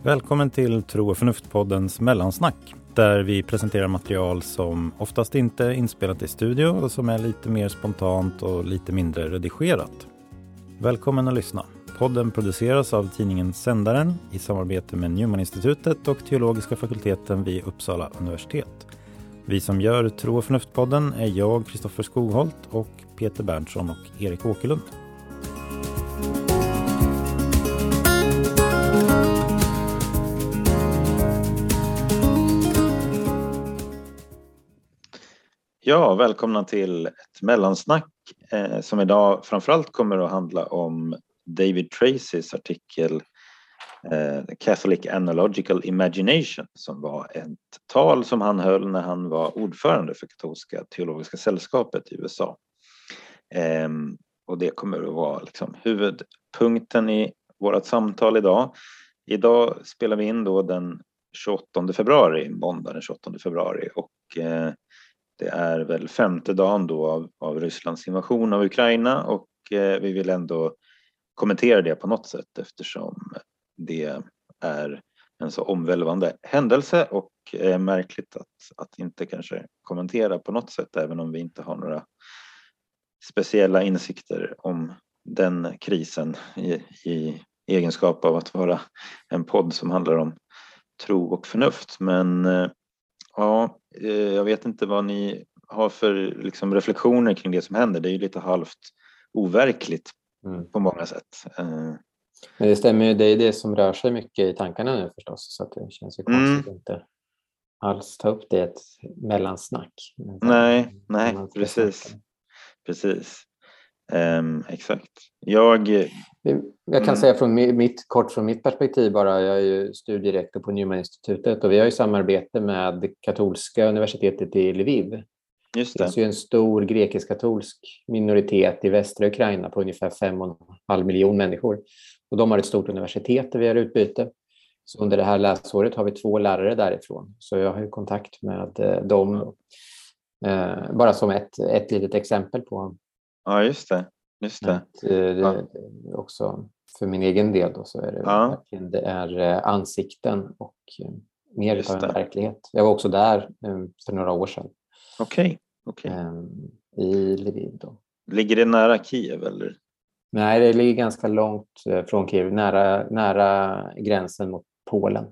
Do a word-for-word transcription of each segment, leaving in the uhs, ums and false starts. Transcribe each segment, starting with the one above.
Välkommen till Tro och förnuft-poddens mellansnack, där vi presenterar material som oftast inte är inspelat i studio och som är lite mer spontant och lite mindre redigerat. Välkommen att lyssna. Podden produceras av tidningen Sändaren i samarbete med Newman-institutet och teologiska fakulteten vid Uppsala universitet. Vi som gör Tro och förnuft-podden är jag, Kristoffer Skogholt, och Peter Berntsson och Erik Åkerlund. Ja, välkomna till ett mellansnack eh, som idag framförallt kommer att handla om David Tracys artikel eh, The Catholic Analogical Imagination, som var ett tal som han höll när han var ordförande för katolska teologiska sällskapet i U S A. Eh, och det kommer att vara liksom huvudpunkten i vårt samtal idag. Idag spelar vi in då den tjugoåttonde februari, måndag den tjugoåttonde februari, och eh, det är väl femte dagen då av, av Rysslands invasion av Ukraina, och eh, vi vill ändå kommentera det på något sätt eftersom det är en så omvälvande händelse och är märkligt att, att inte kanske kommentera på något sätt, även om vi inte har några speciella insikter om den krisen i, i egenskap av att vara en podd som handlar om tro och förnuft. Men eh, ja, jag vet inte vad ni har för liksom reflektioner kring det som händer. Det är ju lite halvt overkligt mm. på många sätt. Men det stämmer ju, det är det som rör sig mycket i tankarna nu förstås. Så att det känns ju konstigt mm. att inte alls ta upp det i ett mellansnack. Nej, nej, precis. Precis. Um, exakt. Jag... Jag kan mm. säga från mitt, kort från mitt perspektiv bara, jag är ju studierektor på Newman-institutet och vi har ju samarbete med katolska universitetet i Lviv. Just det. Det finns ju en stor grekisk-katolsk minoritet i västra Ukraina på ungefär fem och en halv miljon människor. Och de har ett stort universitet där vi har utbyte. Så under det här läsåret har vi två lärare därifrån. Så jag har ju kontakt med dem, eh, bara som ett, ett litet exempel på. Ja, just det. Just det. Att, eh, det ja. Också för min egen del då, så är det ja. verkligen det är ansikten och mer just av en det. verklighet. Jag var också där för några år sedan. Okej. Okay. Okay. I Lviv då. Ligger det nära Kiev eller? Nej, det ligger ganska långt från Kiev, nära, nära gränsen mot Polen.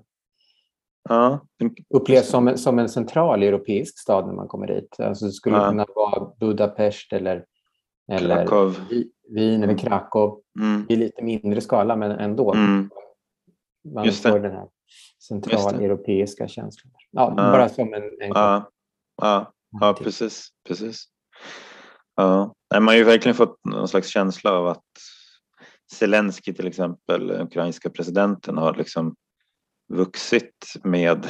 Ja. Upplevs som en, som en central europeisk stad när man kommer dit. Alltså det skulle ja. kunna vara Budapest eller eller Krakow. Wien eller Krakow mm. i lite mindre skala, men ändå mm. man får den här centraleuropeiska känslan. Ja, ja, bara som en, en ja. Ja. ja, precis, precis. Ja. Man har ju verkligen fått någon slags känsla av att Zelensky till exempel, den ukrainska presidenten, har liksom vuxit med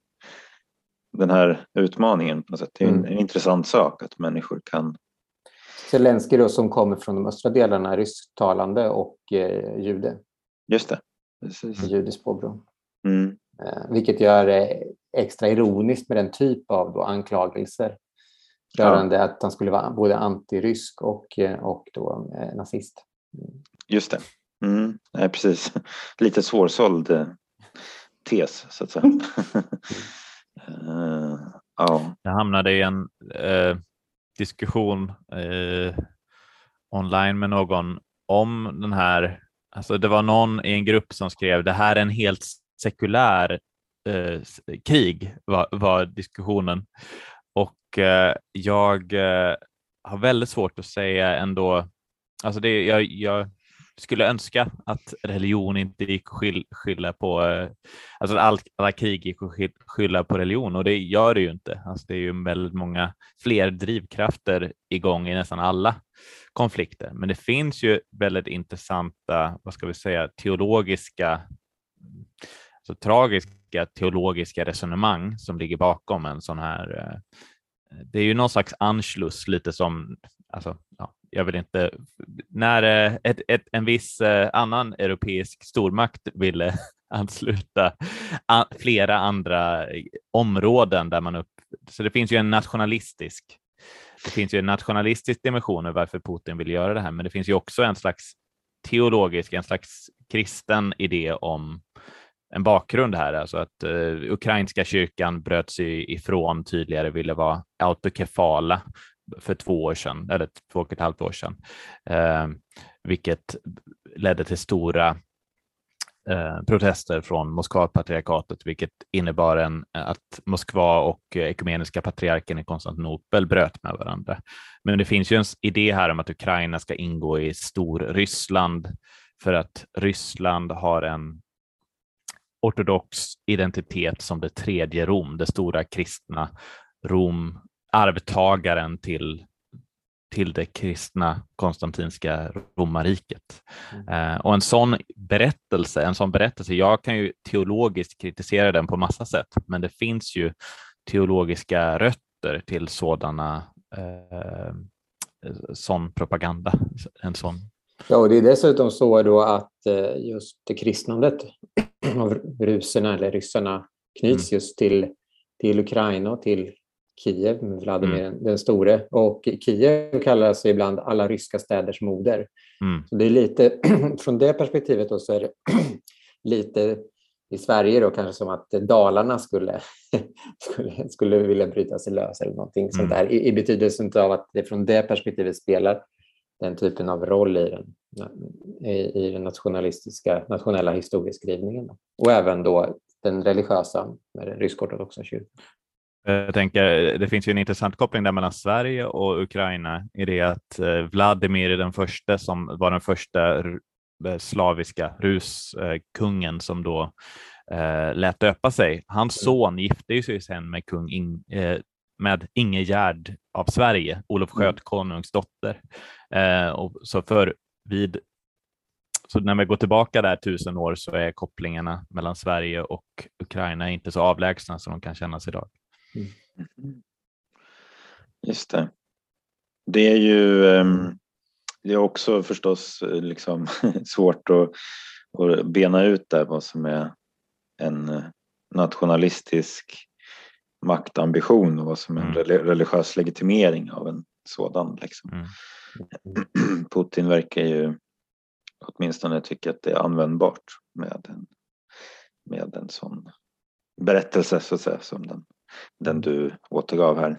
den här utmaningen på något sätt. Det är en, mm. en intressant sak att människor kan. Zelensky då, som kommer från de östra delarna, rysktalande och eh, jude. Just det. Precis. Judisk påbrå. Mm. Eh, vilket gör eh, extra ironiskt med den typ av då anklagelser. Rörande ja. att han skulle vara både antirysk och, eh, och då eh, nazist. Mm. Just det. Mm. Nej, precis. Lite svårsåld eh, tes så att säga. uh, ja. Jag hamnade i en eh... diskussion eh, online med någon om den här, alltså det var någon i en grupp som skrev det här är en helt sekulär eh, krig var, var diskussionen, och eh, jag eh, har väldigt svårt att säga ändå, alltså det, jag, jag skulle önska att religion inte gick att skylla, skylla på, eh, alltså all, alla krig gick att skylla på religion, och det gör det ju inte. Alltså det är ju väldigt många fler drivkrafter igång i nästan alla konflikter, men det finns ju väldigt intressanta, vad ska vi säga, teologiska, alltså tragiska teologiska resonemang som ligger bakom en sån här, eh, det är ju någon slags anschluss, lite som, alltså ja, jag vill inte, när ett, ett, en viss eh, annan europeisk stormakt ville ansluta a, flera andra områden där man upp, så det finns ju en nationalistisk det finns ju en nationalistisk dimension över varför Putin vill göra det här, men det finns ju också en slags teologisk, en slags kristen idé om en bakgrund här, alltså att uh, ukrainska kyrkan bröt sig ifrån tydligare, ville vara autokefala för två år sedan, eller två och ett halvt år sedan, uh, vilket ledde till stora uh, protester från Moskva-patriarkatet, vilket innebar en, att Moskva och ekumeniska patriarken i Konstantinopel bröt med varandra. Men det finns ju en idé här om att Ukraina ska ingå i Storryssland för att Ryssland har en ortodox identitet som det tredje Rom, det stora kristna Rom, arvtagaren till, till det kristna konstantinska romarriket. Mm. Eh, och en sån berättelse, en sån berättelse, jag kan ju teologiskt kritisera den på massa sätt, men det finns ju teologiska rötter till sådana eh, sån propaganda, en sån. Ja, och det är dessutom så då att just det kristnandet av ruserna eller ryssarna knyts mm. just till, till Ukraina och till Kiev med Vladimir mm. den store. Och Kiev kallas ibland alla ryska städers moder. Mm. Så det är lite, från det perspektivet då, så är det lite i Sverige då kanske som att Dalarna skulle, skulle, skulle vilja bryta sig lös eller någonting mm. sånt där. I, i betydelsen av att det från det perspektivet spelar den typen av roll i den, i, i den nationalistiska, nationella historieskrivningen. Och även då den religiösa med den rysk-ortodoxa kyrkan. Jag tänker, det finns ju en intressant koppling där mellan Sverige och Ukraina i det att Vladimir är den första som var den första slaviska ruskungen som då eh, lät döpa sig. Hans son gifte sig sen med kung In, eh, med Ingegärd av Sverige, Olof Skötkonungs dotter. Eh, och så för vid så när vi går tillbaka där tusen år så är kopplingarna mellan Sverige och Ukraina inte så avlägsna som de kan kännas idag. Mm. Just det. Det är ju det är också förstås liksom svårt att, att bena ut där vad som är en nationalistisk maktambition och vad som är en religiös legitimering av en sådan liksom. Mm. Putin verkar ju åtminstone tycka att det är användbart med en, med en sån berättelse så att säga, som den, den du återgav här.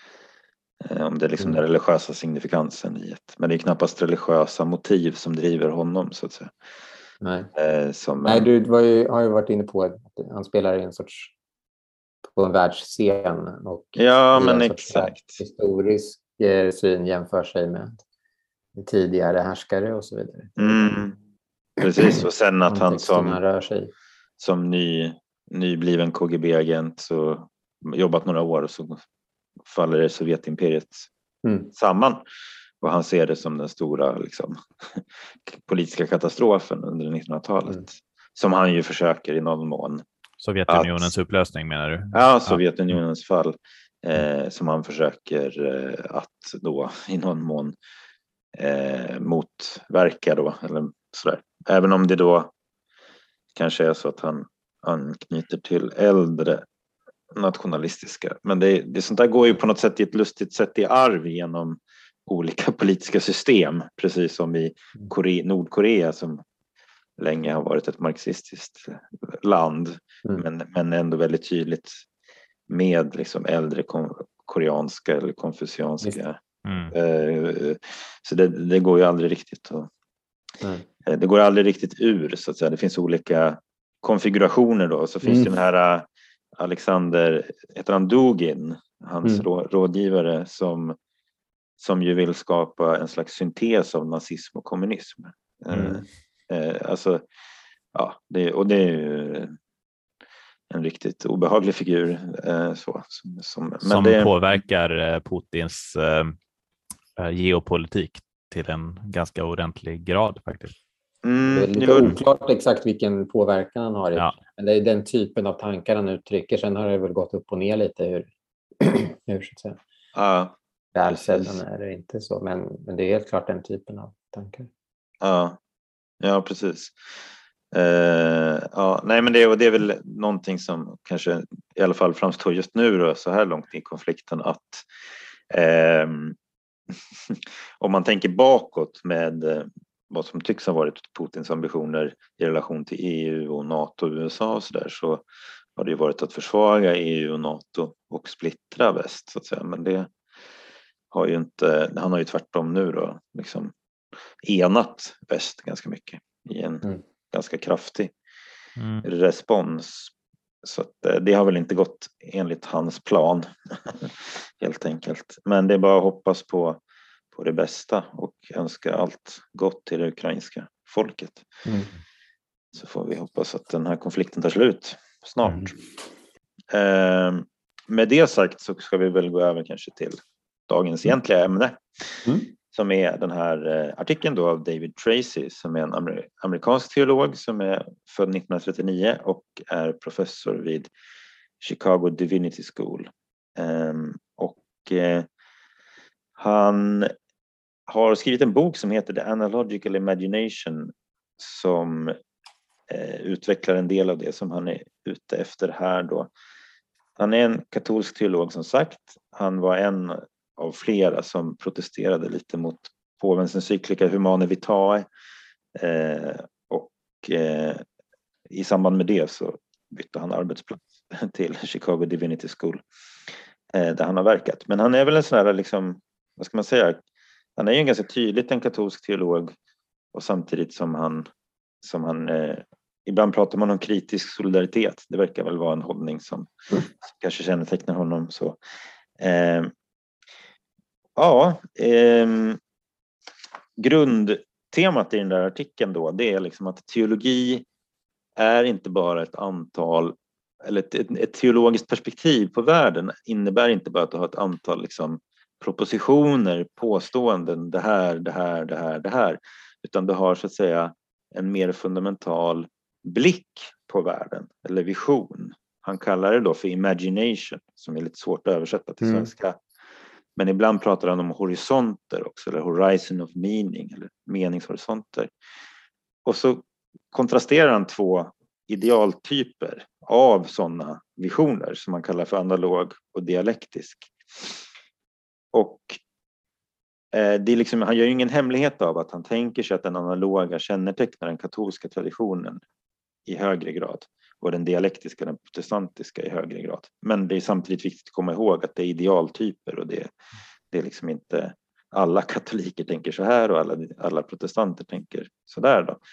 Om det är liksom mm. den religiösa signifikansen i ett. Men det är knappast religiösa motiv som driver honom så att säga. Nej, eh, som, Nej du var ju, har ju varit inne på att han spelar i en sorts på en världsscen och ja, men exakt. Historisk eh, syn jämför sig med tidigare härskare och så vidare. Mm. Precis, och sen att han som, rör sig. som ny, nybliven K G B-agent så jobbat några år och så faller det Sovjetimperiet mm. samman. Och han ser det som den stora liksom, politiska katastrofen under nittonhundratalet. Mm. Som han ju försöker i någon mån. Sovjetunionens att, upplösning menar du? Ja, Sovjetunionens ja. fall. Eh, som han försöker eh, att då i någon mån eh, motverka då. Eller sådär. Även om det då kanske är så att han anknyter till äldre nationalistiska. Men det, det sånt där går ju på något sätt i ett lustigt sätt i arv genom olika politiska system. Precis som i Korea, Nordkorea som länge har varit ett marxistiskt land. Mm. Men, men ändå väldigt tydligt med liksom äldre kom, koreanska eller konfucianska. Mm. Eh, så det, det går ju aldrig riktigt att, mm. eh, det går aldrig riktigt ur så att säga. Det finns olika konfigurationer då. Så finns mm. det den här Alexander, heter han Dugin, hans mm. rådgivare som, som ju vill skapa en slags syntes av nazism och kommunism. Mm. Eh, alltså, ja, det, och det är ju en riktigt obehaglig figur. Eh, så, som, som, men som det, påverkar Putins eh, geopolitik till en ganska ordentlig grad faktiskt. Mm, det är lite jo. oklart exakt vilken påverkan han har. Ja. Men det är den typen av tankar han uttrycker. Sen har det väl gått upp och ner lite hur, hur så att säga. Ja. Välsällan är det inte så. Men, men det är helt klart den typen av tankar. Ja, ja precis. Uh, ja, nej men det, det är väl någonting som kanske i alla fall framstår just nu då, så här långt i konflikten att um, om man tänker bakåt med vad som tycks ha varit Putins ambitioner i relation till E U och NATO och U S A och så där, så har det ju varit att försvaga E U och NATO och splittra väst så att säga. Men det har ju inte, han har ju tvärtom nu då liksom enat väst ganska mycket i en mm. ganska kraftig mm. respons. Så att det har väl inte gått enligt hans plan helt enkelt. Men det är bara att hoppas på, på det bästa och önska allt gott till det ukrainska folket. Mm. Så får vi hoppas att den här konflikten tar slut snart. Mm. Eh, med det sagt så ska vi väl gå över kanske till dagens mm. egentliga ämne. Mm. Som är den här eh, artikeln då av David Tracy som är en amer- amerikansk teolog som är född nittonhundratrettionio och är professor vid Chicago Divinity School. Eh, och eh, han har skrivit en bok som heter The Analogical Imagination som eh, utvecklar en del av det som han är ute efter här då. Han är en katolsk teolog som sagt. Han var en av flera som protesterade lite mot påvens encyklika Humane Vitae eh, och eh, i samband med det så bytte han arbetsplats till Chicago Divinity School eh, där han har verkat. Men han är väl en sån här liksom, vad ska man säga, han är ju en ganska tydligt en katolsk teolog och samtidigt som han som han eh, ibland pratar man om kritisk solidaritet. Det verkar väl vara en hållning som, som kanske kännetecknar honom så. Eh, Ja, eh, grundtemat i den där artikeln då, det är liksom att teologi är inte bara ett antal, eller ett, ett, ett teologiskt perspektiv på världen innebär inte bara att du har ett antal liksom propositioner, påståenden, det här, det här, det här, det här, utan du har så att säga en mer fundamental blick på världen, eller vision. Han kallar det då för imagination, som är lite svårt att översätta till svenska. Mm. Men ibland pratar han om horisonter också, eller horizon of meaning, eller meningshorisonter. Och så kontrasterar han två idealtyper av sådana visioner som man kallar för analog och dialektisk. Och eh, det är liksom, han gör ju ingen hemlighet av att han tänker sig att den analoga kännetecknar den katolska traditionen i högre grad och den dialektiska, den protestantiska i högre grad. Men det är samtidigt viktigt att komma ihåg att det är idealtyper och det, det är liksom inte alla katoliker tänker så här och alla, alla protestanter tänker så där då.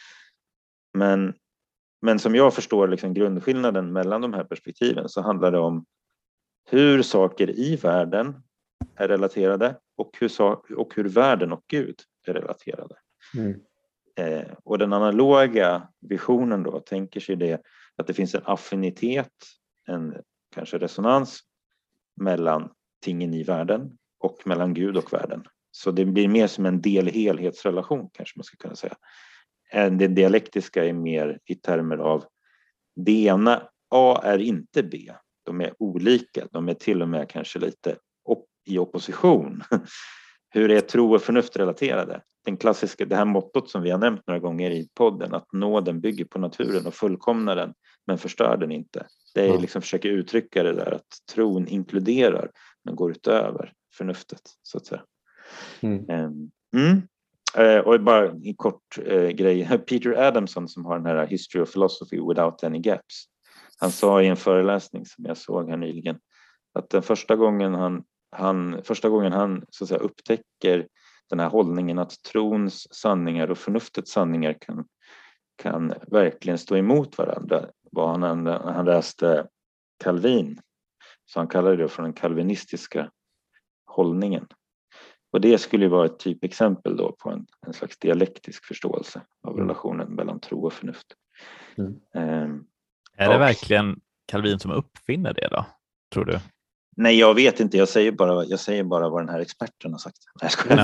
Men, men som jag förstår liksom grundskillnaden mellan de här perspektiven så handlar det om hur saker i världen är relaterade och hur, och hur världen och Gud är relaterade. Mm. Eh, och den analoga visionen då tänker sig det att det finns en affinitet, en kanske resonans mellan tingen i världen och mellan Gud och världen. Så det blir mer som en del-helhetsrelation kanske man ska kunna säga. Det dialektiska är mer i termer av det ena, A är inte B. De är olika, de är till och med kanske lite op- i opposition. Hur är tro och förnuft relaterade? Den klassiska, det här mottot som vi har nämnt några gånger i podden, att nåden bygger på naturen och fullkomnar den, men förstör den inte. Det är liksom försöker uttrycka det där att tron inkluderar, men går utöver förnuftet, så att säga. Mm. Mm. Och bara en kort eh, grej. Peter Adamson som har den här History of Philosophy Without Any Gaps. Han sa i en föreläsning som jag såg här nyligen att den första gången han, han, första gången han så att säga, upptäcker den här hållningen att trons sanningar och förnuftets sanningar kan, kan verkligen stå emot varandra var han, när han läste Calvin. Så han kallade det för den kalvinistiska hållningen. Och det skulle ju vara ett typexempel då på en, en slags dialektisk förståelse av relationen mellan tro och förnuft. Mm. Um, är det och, verkligen Calvin som uppfinner det då, tror du? Nej, jag vet inte. Jag säger bara, jag säger bara vad den här experten har sagt. Nej, jag skojar.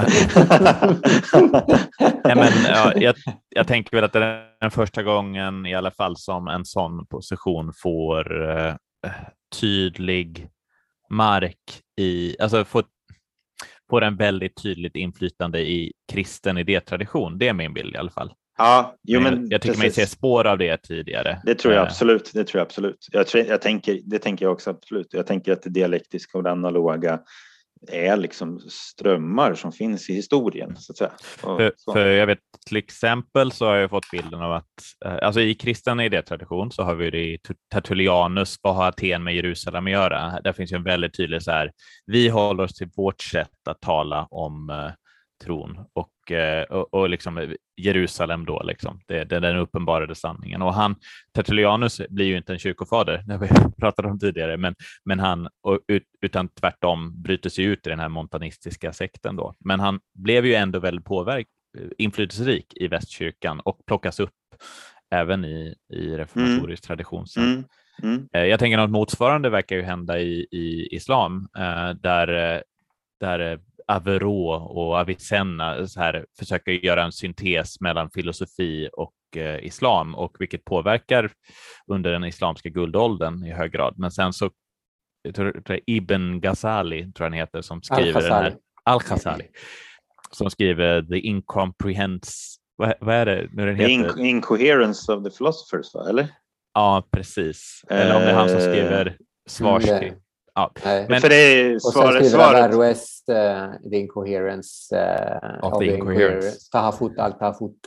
Nej, men, ja, jag, jag tänker väl att det är den första gången i alla fall som en sån position får eh, tydlig mark i, alltså får, får en väldigt tydligt inflytande i kristen idétradition. Det är min bild i alla fall. Ja, jo, men jag, jag tycker man ser spår av det tidigare. Det tror jag absolut. Det tror jag absolut. Jag, jag tänker, det tänker jag också absolut. Jag tänker att det dialektiska och det analoga är liksom strömmar som finns i historien så att säga. Och, för, så. för jag vet till exempel så har jag fått bilden av att alltså i kristen idétradition så har vi det i Tertullianus, vad har Aten med Jerusalem att göra? Där finns ju en väldigt tydlig så här, vi håller oss till vårt sätt att tala om uh, tron och, uh, och, och liksom Jerusalem då liksom, det, det är den uppenbarade sanningen. Och han, Tertullianus blir ju inte en kyrkofader, det har vi pratat om tidigare, men, men han, och, utan tvärtom bryter sig ut i den här montanistiska sekten då. Men han blev ju ändå väldigt påverk, inflytelserik i västkyrkan och plockas upp även i, i reformatorisk mm. tradition. Mm. Mm. Jag tänker något motsvarande verkar ju hända i, i islam, där, där Averroes och Avicenna så här försöker göra en syntes mellan filosofi och eh, islam och vilket påverkar under den islamska guldåldern i hög grad. Men sen så jag tror, jag, Ibn Ghazali tror jag han heter som skriver den här Al-Ghazali som skriver The Incomprehensible vad, vad är det nu den heter? The Incoherence of the Philosophers, va? Eller? Ja, precis. Eller om det är han som skriver svarskrift. Mm. Ja, men för det är svaret, och sen skriver Averroes uh, The Incoherence uh, of, of the, the Incoherence. Tahafut al-Tahafut.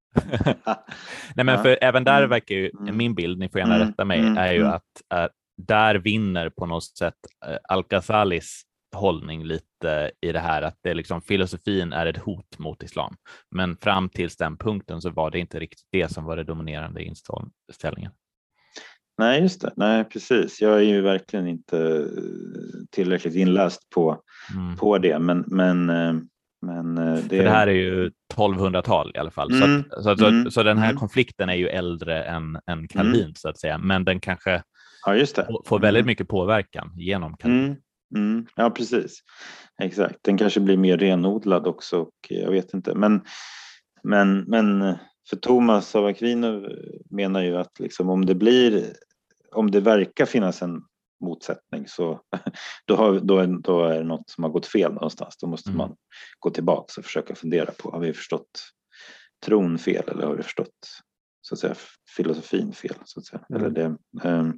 Nej, men för även där mm. verkar ju, min bild, ni får gärna rätta mig, mm. är ju att uh, där vinner på något sätt uh, Al-Ghazalis hållning lite i det här att det liksom, filosofin är ett hot mot islam. Men fram till den punkten så var det inte riktigt det som var det dominerande inställningen. Nej, just det. Nej, precis. Jag är ju verkligen inte tillräckligt inläst på, mm. på det. Men, men, men det... För det här är ju tolvhundratal i alla fall. Mm. Så, att, så, att, mm. så, så den här mm. konflikten är ju äldre än, än Calvin mm. så att säga. Men den kanske ja, just det. får väldigt mm. mycket påverkan genom Calvin. Mm. Mm. Ja, precis. Exakt. Den kanske blir mer renodlad också. Och jag vet inte. Men... men, men för Thomas av Aquino menar ju att liksom om det blir, om det verkar finnas en motsättning så då, har, då, är, då är det något som har gått fel någonstans. Då måste mm. man gå tillbaka och försöka fundera på, har vi förstått tron fel eller har vi förstått så att säga filosofin fel så att säga. Mm. Eller det, eh,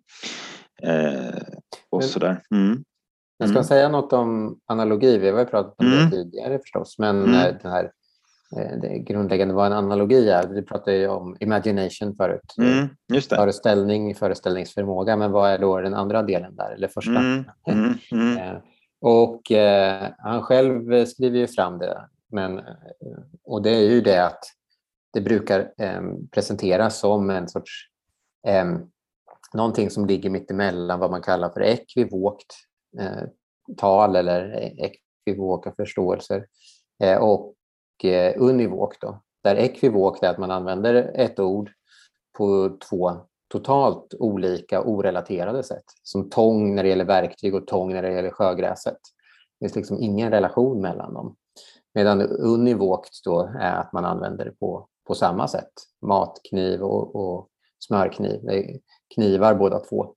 eh, och men, sådär. Mm. Jag ska mm. säga något om analogi. Vi har ju pratat om mm. det tidigare förstås, men mm. den här det grundläggande var en analogi här. Vi pratade ju om imagination förut. Mm, just det. Föreställning, föreställningsförmåga. Men vad är då den andra delen där? Eller första? Mm, mm, mm. och eh, han själv skriver ju fram det. Men, och det är ju det att det brukar eh, presenteras som en sorts eh, någonting som ligger mitt emellan vad man kallar för ekvivokt eh, tal eller ekvivoka förståelser. Eh, och univok då, där ekvivok är att man använder ett ord på två totalt olika orelaterade sätt. Som tång när det gäller verktyg och tång när det gäller sjögräset. Det finns liksom ingen relation mellan dem. Medan univokt då är att man använder det på, på samma sätt. Matkniv och, och smörkniv. Det är knivar båda två.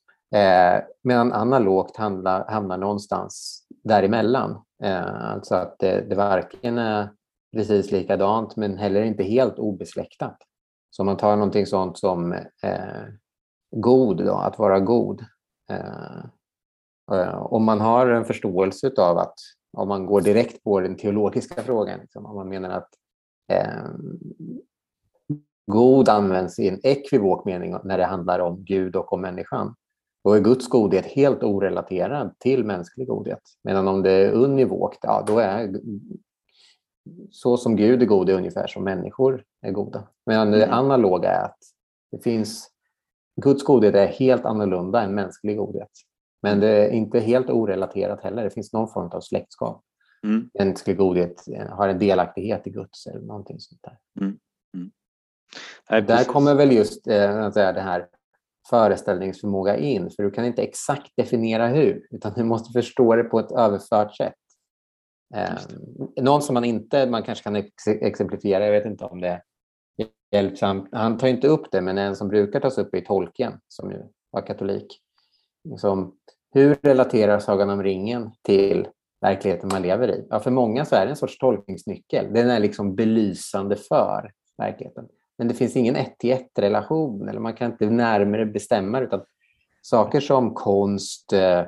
Eh, medan analogt handlar, hamnar någonstans däremellan. Eh, alltså att det, det varken är precis likadant men heller inte helt obesläktat. Så om man tar någonting sånt som eh, god då, att vara god. Eh, om man har en förståelse av att om man går direkt på den teologiska frågan, liksom, om man menar att eh, god används i en ekvivok mening när det handlar om Gud och om människan. Då är Guds godhet helt orelaterad till mänsklig godhet. Medan om det är univokt, ja, då är så som Gud är god är ungefär som människor är goda. Medan det analoga är att det finns Guds godhet är helt annorlunda än mänsklig godhet. Men det är inte helt orelaterat heller. Det finns någon form av släktskap. Mm. Mänsklig godhet har en delaktighet i Guds eller någonting sånt där. Mm. Mm. Nej, där kommer väl just eh, att säga, det här föreställningsförmåga in. För du kan inte exakt definiera hur. Utan du måste förstå det på ett överfört sätt. Eh, någon som man inte, man kanske kan ex- exemplifiera, jag vet inte om det är hjälpsamt. Han tar inte upp det, men en som brukar tas upp i Tolkien, som ju var katolik. Som, hur relaterar Sagan om ringen till verkligheten man lever i? Ja, för många så är det en sorts tolkningsnyckel. Den är liksom belysande för verkligheten. Men det finns ingen ett-till-ett relation, eller man kan inte närmare bestämma, utan saker som konst,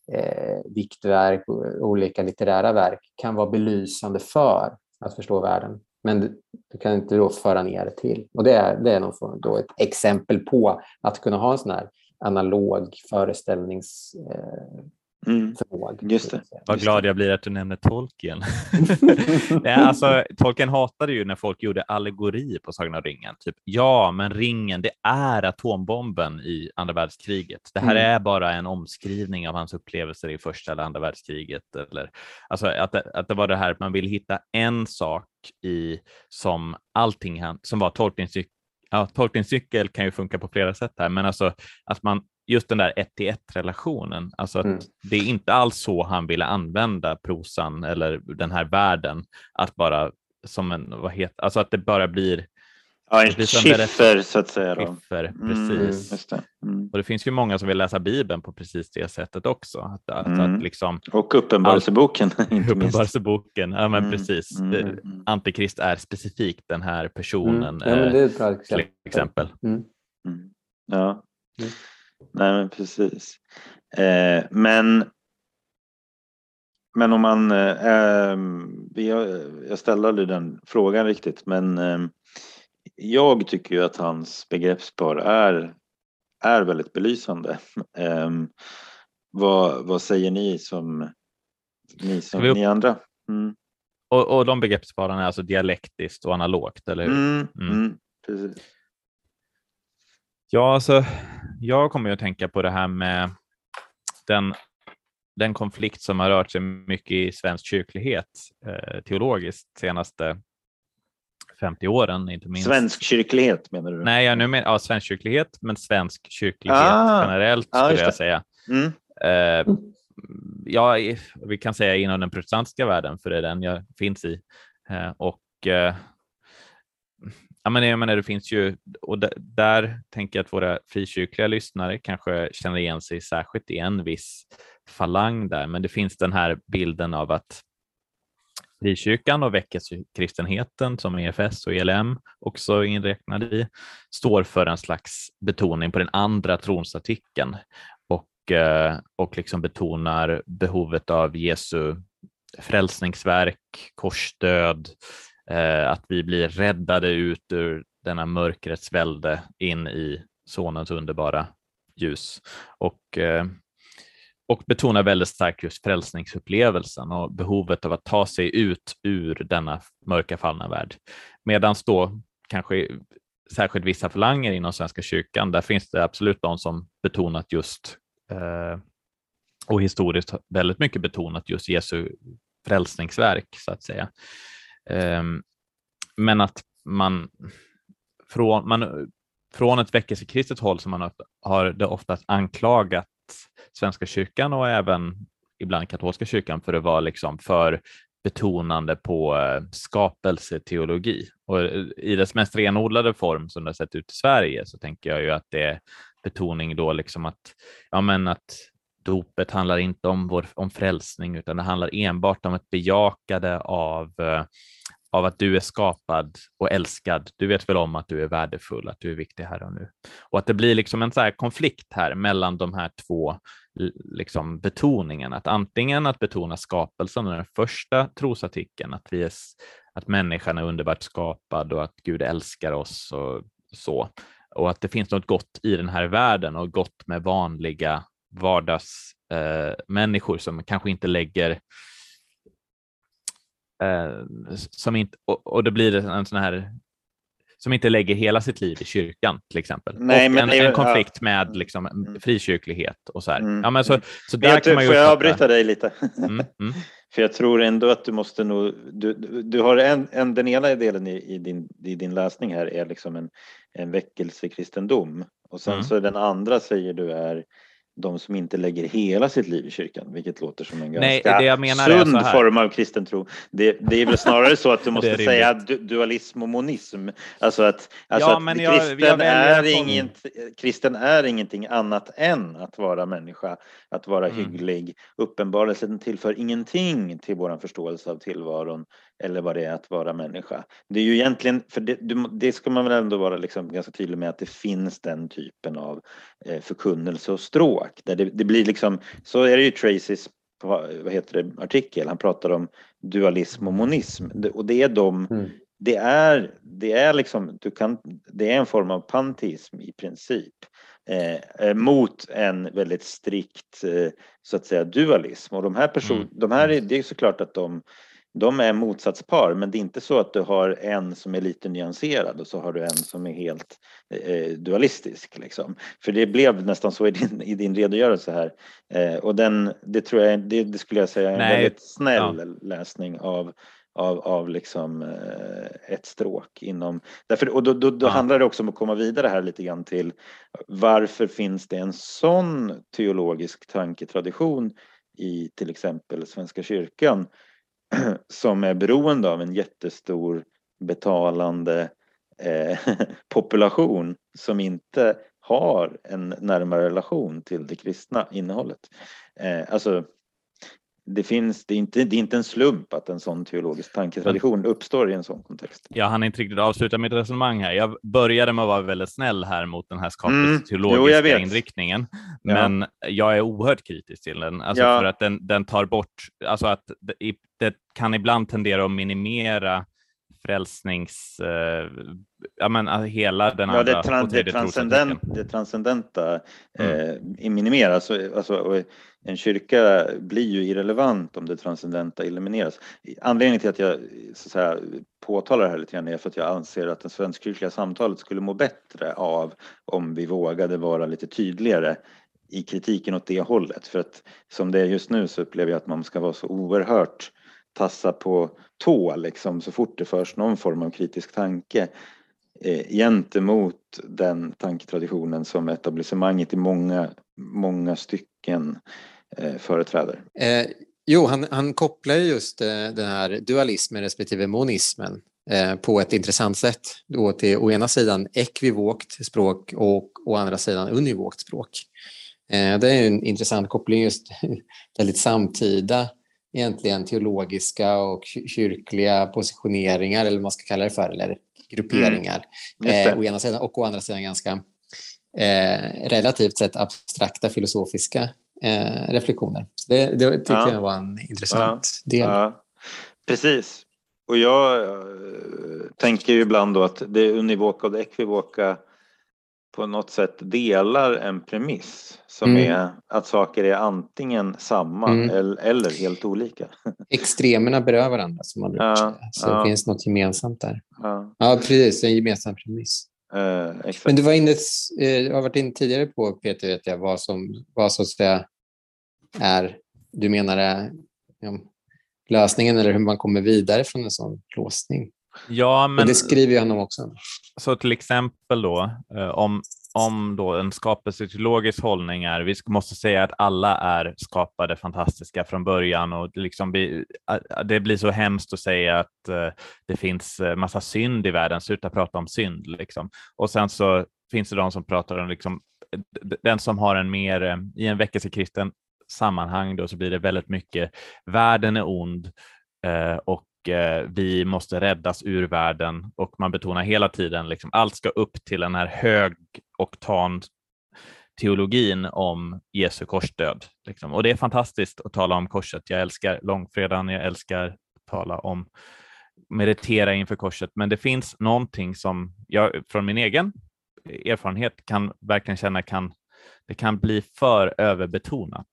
eh, diktverk och olika litterära verk kan vara belysande för att förstå världen. Men det, det kan inte då föra ner det till. Och det är, det är någon, då ett exempel på att kunna ha en sån här analog föreställnings... Eh, Mm. förmåga. Just det. Vad glad jag blir att du nämner Tolkien. Nej, alltså, Tolkien hatade ju när folk gjorde allegori på Sagan om ringen. Typ, ja, men ringen, det är atombomben i andra världskriget. Det här mm. är bara en omskrivning av hans upplevelser i första eller andra världskriget. Eller, alltså, att, det, att det var det här att man vill hitta en sak i som allting som var Tolkiens cykel. Ja, Tolkiens cykel kan ju funka på flera sätt här, men alltså att man just den där ett till ett relationen, alltså att mm. det är inte alls så han ville använda prosan eller den här världen, att bara som en, vad heter, alltså att det bara blir ja, en skiffer så att säga då. Skiffer, precis. Mm, just det. Mm. Och det finns ju många som vill läsa Bibeln på precis det sättet också. Att, att, mm. att liksom, och Uppenbarelseboken. Uppenbarelseboken, ja men mm. precis. Mm. Mm. Antikrist är specifikt den här personen. Mm. Ja, men det är ett bra exempel. Till exempel. Mm. Mm. Ja. Mm. Nej men precis. Eh, men men om man eh, vi har, jag ställde aldrig den frågan riktigt, men eh, jag tycker ju att hans begreppspar är är väldigt belysande. Eh, vad, vad säger ni som ni, som, vi... ni andra? Mm. Och, och de begreppsparen är alltså dialektiskt och analogt, eller hur? Mm, mm. Mm, precis. Ja, alltså jag kommer ju att tänka på det här med den, den konflikt som har rört sig mycket i svensk kyrklighet eh, teologiskt senaste femtio åren, inte minst. Svensk kyrklighet menar du? Nej, jag nu menar ja, svensk kyrklighet, men svensk kyrklighet ah, generellt ah, skulle jag säga. Mm. Eh, ja, vi kan säga inom den protestantiska världen, för det är den jag finns i. Eh, och eh, ja, men jag menar, det finns ju, och där, där tänker jag att våra frikyrkliga lyssnare kanske känner igen sig särskilt i en viss falang där, men det finns den här bilden av att frikyrkan och väckelsekristenheten som E F S och E L M också inräknade i står för en slags betoning på den andra tronsartikeln och, och liksom betonar behovet av Jesu frälsningsverk, korsdöd, att vi blir räddade ut ur denna mörkrets välde in i sonens underbara ljus och, och betonar väldigt starkt just frälsningsupplevelsen och behovet av att ta sig ut ur denna mörka fallna värld. Medan då kanske särskilt vissa förlanger inom Svenska kyrkan, där finns det absolut de som betonat just eh, och historiskt väldigt mycket betonat just Jesu frälsningsverk så att säga. Um, men att man från, man från ett väckelsekristet håll som man har, har det oftast anklagat Svenska kyrkan och även ibland katolska kyrkan för att vara liksom för betonande på uh, skapelseteologi. Och i dess mest renodlade form som det har sett ut i Sverige så tänker jag ju att det är betoning då liksom att ja men att dopet handlar inte om vår om frälsning, utan det handlar enbart om ett bejakande av uh, av att du är skapad och älskad. Du vet väl om att du är värdefull, att du är viktig här och nu. Och att det blir liksom en så här konflikt här mellan de här två liksom betoningarna. Att antingen att betona skapelsen, den första trosartikeln, att vi är, att människan är underbart skapad och att Gud älskar oss och så. Och att det finns något gott i den här världen och gott med vanliga vardagsmänniskor eh, som kanske inte lägger Eh, som inte, och, och det blir en sån här som inte lägger hela sitt liv i kyrkan till exempel. Nej, och men en, en konflikt ja. med liksom frikyrklighet och så här. Mm. Ja, men så, så där jag, kan man ju får jag avbryta dig lite? Mm, mm. För jag tror ändå att du måste nog, du, du har en, en den ena delen i, i, din, i din läsning här är liksom en, en väckelsekristendom och sen mm. så den andra säger du är de som inte lägger hela sitt liv i kyrkan, vilket låter som en Nej, ganska det jag menar sund är så här. form av kristen tro. Det, det är väl snarare så att du måste säga du, dualism och monism. Alltså att, alltså ja, att men kristen, jag, jag är inget, kristen är ingenting annat än att vara människa, att vara mm. hygglig. Uppenbarelsen tillför ingenting till vår förståelse av tillvaron. eller vad det är att vara människa. Det är ju egentligen, för det, det ska man väl ändå vara liksom ganska tydlig med, att det finns den typen av eh, förkunnelse och stråk. Där det, det blir liksom, så är det ju Tracys, vad heter det, artikel. Han pratar om dualism och monism. Och det är de, mm. det är, det är liksom, du kan, det är en form av panteism i princip. Eh, mot en väldigt strikt eh, så att säga dualism. Och de här personerna, mm. de här är, det är såklart att de De är motsatspar, men det är inte så att du har en som är lite nyanserad och så har du en som är helt eh, dualistisk. Liksom. För det blev nästan så i din, i din redogörelse här. Eh, och den, det tror jag, det, det skulle jag säga är en Nej. väldigt snäll ja. läsning av, av, av liksom, eh, ett stråk inom... Därför, och då, då, då ja. handlar det också om att komma vidare här lite grann till varför finns det en sån teologisk tanketradition i till exempel Svenska kyrkan som är beroende av en jättestor betalande eh, population som inte har en närmare relation till det kristna innehållet. Eh, alltså det finns, det är, inte, det är inte en slump att en sån teologisk tanketradition uppstår i en sån kontext. Jag hann inte riktigt avsluta mitt resonemang här. Jag började med att vara väldigt snäll här mot den här skapelseteologiska mm. inriktningen. Men ja. jag är oerhört kritisk till den. Alltså ja. för att den, den tar bort, alltså att det, det kan ibland tendera att minimera frälsnings, eh, ja men alltså hela den ja, andra det, tran, det, transcendent, det transcendenta eh, mm. minimeras. Alltså, en kyrka blir ju irrelevant om det transcendenta elimineras. Anledningen till att jag så att säga, påtalar det här lite grann är för att jag anser att det svenskkyrkliga samtalet skulle må bättre av om vi vågade vara lite tydligare i kritiken åt det hållet. För att som det är just nu så upplever jag att man ska vara så oerhört tassa på tå liksom, så fort det förs någon form av kritisk tanke eh, gentemot den tanketraditionen som etablissemanget i många, många stycken eh, företräder. Eh, jo, han, han kopplar just eh, den här dualismen respektive monismen eh, på ett intressant sätt då till å ena sidan ekvivokt språk och å andra sidan univokt språk. Eh, det är en intressant koppling, just väldigt samtida egentligen teologiska och kyrkliga positioneringar eller vad man ska kalla det för, eller grupperingar mm. eh, å ena sidan, och å andra sidan ganska eh, relativt sett abstrakta filosofiska eh, reflektioner. Så det, det tycker ja. jag var en intressant ja. del. Ja. Precis. Och jag äh, tänker ju ibland då att det univoka och det ekvivoka på något sätt delar en premiss som mm. är att saker är antingen samma mm. eller, eller helt olika. Extremerna berör varandra som man brukar ja, säga. Så ja. det finns något gemensamt där. Ja, ja precis. En gemensam premiss. Uh, exakt. Men du var inne, eh, har varit inne tidigare på, Peter, vet jag, vad som vad så att säga är, du menar är ja, lösningen eller hur man kommer vidare från en sån låsning. Ja, men och det skriver han om också. Så till exempel då, om, om då en skapelseteologisk hållning är, vi måste säga att alla är skapade fantastiska från början och liksom vi, det blir så hemskt att säga att det finns massa synd i världen, sluta prata om synd liksom. Och sen så finns det de som pratar om liksom, den som har en mer, i en väckelsekristen sammanhang då så blir det väldigt mycket, världen är ond och vi måste räddas ur världen, och man betonar hela tiden liksom, allt ska upp till den här högoktan teologin om Jesu korsdöd liksom. Och det är fantastiskt att tala om korset. Jag älskar långfredagen, jag älskar att tala om meditera inför korset, men det finns någonting som jag från min egen erfarenhet kan verkligen känna kan det kan bli för överbetonat.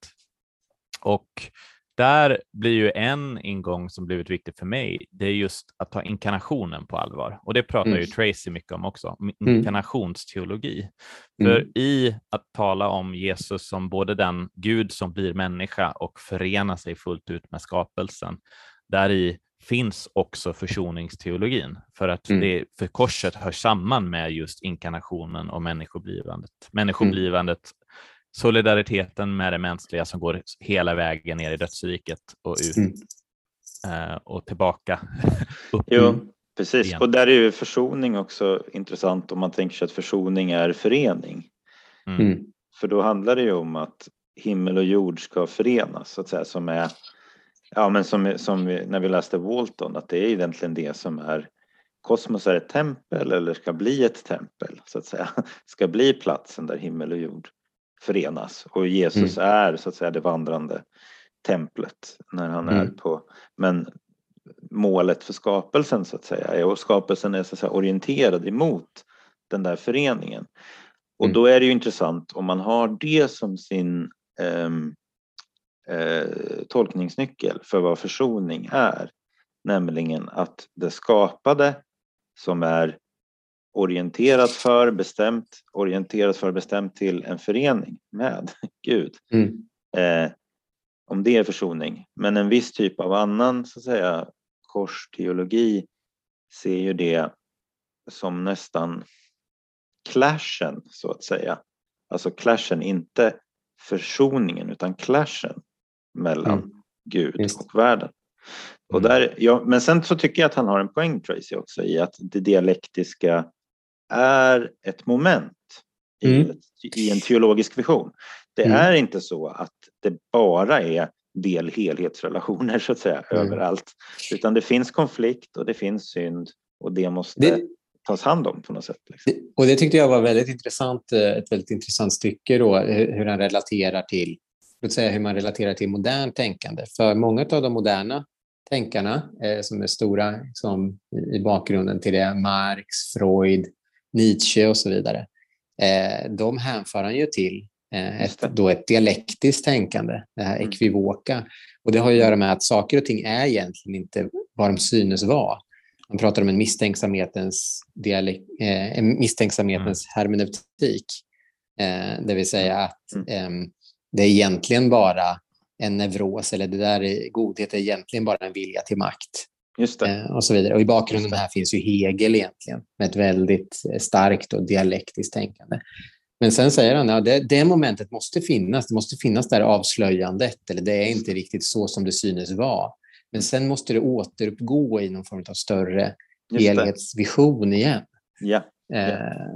Och där blir ju en ingång som blivit viktig för mig, det är just att ta inkarnationen på allvar. Och det pratar mm. ju Tracy mycket om också, inkarnationsteologi. Mm. För i att tala om Jesus som både den Gud som blir människa och förenar sig fullt ut med skapelsen, där i finns också försoningsteologin. För att mm. det, för korset hör samman med just inkarnationen och människoblivandet. Människoblivandet mm. solidariteten med det mänskliga som går hela vägen ner i dödsriket och ut mm. uh, och tillbaka. upp. Jo, precis. Igen. Och där är ju försoning också intressant om man tänker sig att försoning är förening. Mm. För då handlar det ju om att himmel och jord ska förenas så att säga, som är Ja, men som, som vi, när vi läste Walton, att det är egentligen det som är kosmos är ett tempel eller ska bli ett tempel så att säga. Ska bli platsen där himmel och jord förenas. Och Jesus mm. är så att säga det vandrande templet när han mm. är på, men målet för skapelsen så att säga är, och skapelsen är så att säga orienterad emot den där föreningen. Och mm. då är det ju intressant om man har det som sin eh, eh, tolkningsnyckel för vad försoning är. Nämligen att det skapade som är orienterat för bestämt, orienterat för bestämt till en förening med Gud. Mm. Eh, om det är försoning. Men en viss typ av annan så att säga korsteologi ser ju det som nästan clashen så att säga. Alltså clashen, inte försoningen utan clashen mellan mm. Gud Just. och världen. Och där, ja, men sen så tycker jag att han har en poäng, Tracy, också i att det dialektiska är ett moment i, mm. i en teologisk vision. Det mm. är inte så att det bara är del-helhetsrelationer så att säga mm. överallt. Utan det finns konflikt och det finns synd och det måste det, tas hand om på något sätt. Liksom. Det, och det tyckte jag var väldigt intressant, ett väldigt intressant stycke då, hur han relaterar till, låt säga hur man relaterar till modern tänkande. För många av de moderna tänkarna eh, som är stora som i bakgrunden till det, Marx, Freud, Nietzsche och så vidare, eh, de hänför han ju till eh, ett, då ett dialektiskt tänkande, det här ekvivoka. Och det har att göra med att saker och ting är egentligen inte vad de synes vara. Man pratar om en misstänksamhetens, dialek, eh, en misstänksamhetens hermeneutik, eh, det vill säga att eh, det är egentligen bara en neuros, eller det där är, godhet är egentligen bara en vilja till makt. Just det. Eh, och så vidare. Och i bakgrunden här finns ju Hegel egentligen, med ett väldigt starkt och dialektiskt tänkande. Men sen säger han att ja, det, det momentet måste finnas, det måste finnas där avslöjandet, eller det är inte riktigt så som det synes vara. Men sen måste det återuppgå i någon form av större helhetsvision igen. Ja. Eh,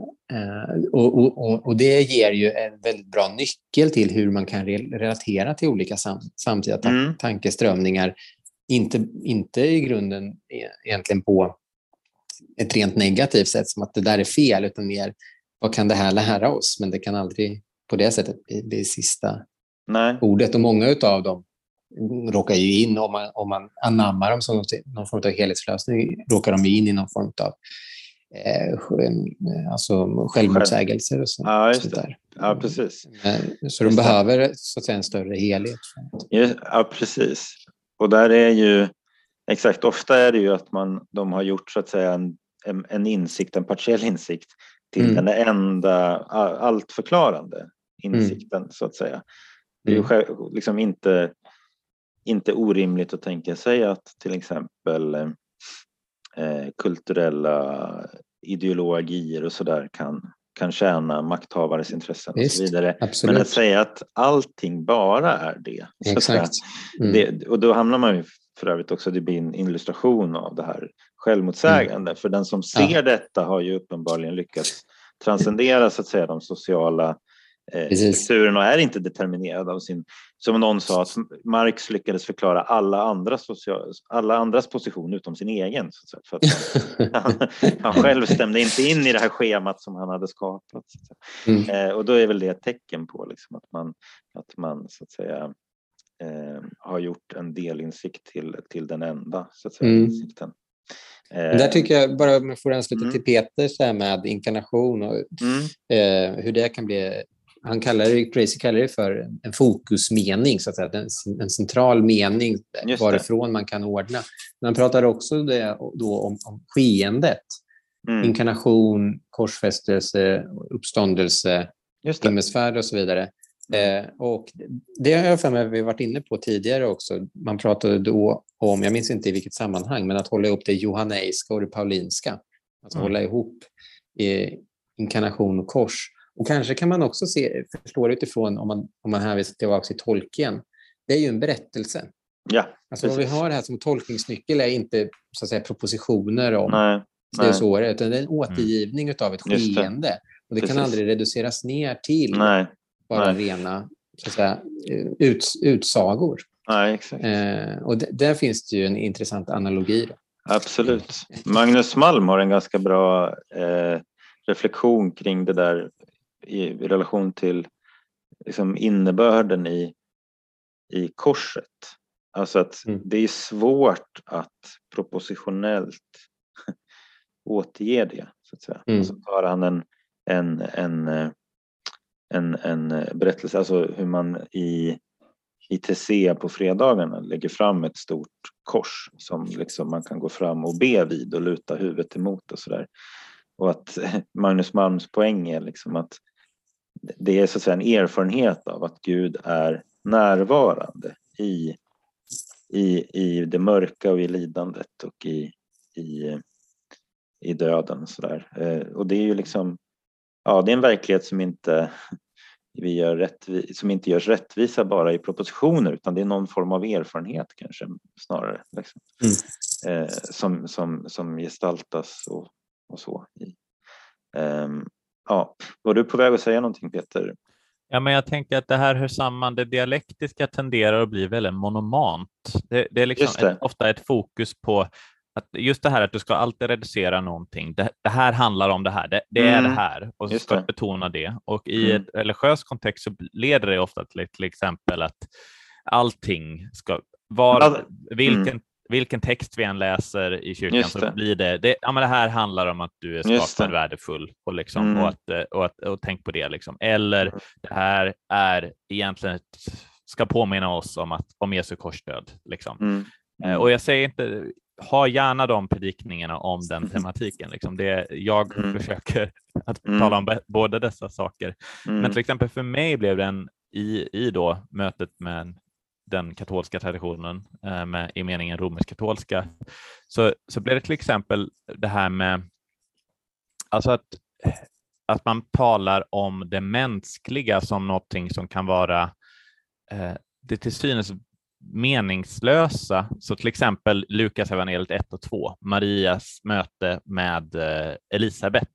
eh, och, och, och det ger ju en väldigt bra nyckel till hur man kan re- relatera till olika sam- samtida ta- mm. tankeströmningar. Inte, inte i grunden e- egentligen på ett rent negativt sätt som att det där är fel, utan mer vad kan det här lära oss? Men det kan aldrig på det sättet bli, bli sista Nej. ordet. Och många av dem råkar ju in, om man, om man anammar dem som någon form av helhetslösning, råkar de in i någon form av Eh, alltså självmotsägelser och så, ja, just sånt där. Ja, precis. Så de behöver så att säga en större helhet. Ja, precis. Och där är ju exakt, ofta är det ju att man, de har gjort så att säga en, en, en insikt, en partiell insikt till mm. den enda allt förklarande insikten mm. så att säga. Det är ju själv, liksom inte, inte orimligt att tänka sig att till exempel Eh, kulturella ideologier och sådär kan, kan tjäna makthavares intressen Visst, och så vidare. Absolut. Men att säga att allting bara är det. Exakt. Mm. det och då hamnar man ju för övrigt också, det blir en illustration av det här självmotsägande. Mm. För den som ser ja. detta har ju uppenbarligen lyckats transcendera så att säga de sociala eh, strukturen och är inte determinerad av sin, som någon sa att Marx lyckades förklara alla andras, social, alla andras position utom sin egen så att, för att han, han själv stämde inte in i det här schemat som han hade skapat mm. eh, och då är väl det ett tecken på liksom, att man, att man så att säga eh, har gjort en delinsikt till, till den enda så att säga, mm. insikten. Eh, där tycker jag, bara om jag får ansluta mm. till Peter så här med inkarnation och mm. eh, hur det kan bli. Han kallar det, Tracy kallar det för en fokusmening, så att säga, en, en central mening varifrån man kan ordna. Men han pratar också det, då om, om skeendet. Mm. Inkarnation, korsfästelse, uppståndelse, himmelsfärd och så vidare. Mm. Eh, och det har jag för mig vi varit inne på tidigare också. Man pratade då om, jag minns inte i vilket sammanhang, men att hålla ihop det johanneiska och det paulinska. Alltså mm. hålla ihop eh, inkarnation och kors. Och kanske kan man också se, förstå det utifrån om man, om man hänvisar tillbaka till tolken. Det är ju en berättelse. Ja, alltså vad vi har här som tolkningsnyckel är inte så att säga propositioner om nej, det är så, utan det är en återgivning mm. av ett skeende. Det. Och det precis. Kan aldrig reduceras ner till nej, bara nej. rena så att säga, ut, utsagor. Nej, exakt. Eh, och d- där finns det ju en intressant analogi. Då. Absolut. Magnus Malm har en ganska bra eh, reflektion kring det där i, i relation till liksom, innebörden i, i korset. Alltså att mm. det är svårt att propositionellt återge det, så att säga. Mm. Och så tar han en, en, en, en, en berättelse, alltså hur man i, i T C på fredagarna lägger fram ett stort kors som liksom man kan gå fram och be vid och luta huvudet emot och sådär. Och att Magnus Malms poäng är liksom att det är så att säga en erfarenhet av att Gud är närvarande i, i, i det mörka och i lidandet och i, i, i döden. Så där. Och det är ju liksom, ja, det är en verklighet som inte, vi gör rättvis, som inte görs rättvisa bara i propositioner, utan det är någon form av erfarenhet kanske snarare. Liksom. Mm. Eh, som, som, som gestaltas och, och så. Um, ja. Var du på väg att säga någonting, Peter? Ja, men jag tänker att det här hör samman. Det dialektiska tenderar att bli väldigt monomant. Det, det är liksom det. Ett, ofta ett fokus på att just det här att du ska alltid reducera någonting. Det, det här handlar om det här. Det, det är mm. det här. Och så ska du betona det. Och i mm. ett religiös kontext så leder det ofta till, till exempel att allting ska vara, vilken mm. vilken text vi än läser i kyrkan så blir det, det, ja, men det här handlar om att du är skapad värdefull och, liksom, mm. och, att, och, att, och tänk på det. Liksom. Eller mm. det här är egentligen ett, ska påminna oss om, att, om Jesu korsdöd. Liksom. Mm. Mm. Och jag säger inte, ha gärna de predikningarna om den tematiken. Liksom. Det, jag mm. försöker att mm. tala om b- båda dessa saker. Mm. Men till exempel för mig blev den i, i då mötet med den katolska traditionen eh, med, i meningen romersk-katolska, så, så blir det till exempel det här med alltså att, att man talar om det mänskliga som någonting som kan vara eh, det till synes meningslösa. Så till exempel Lukas evangeliet ett och två, Marias möte med eh, Elisabet.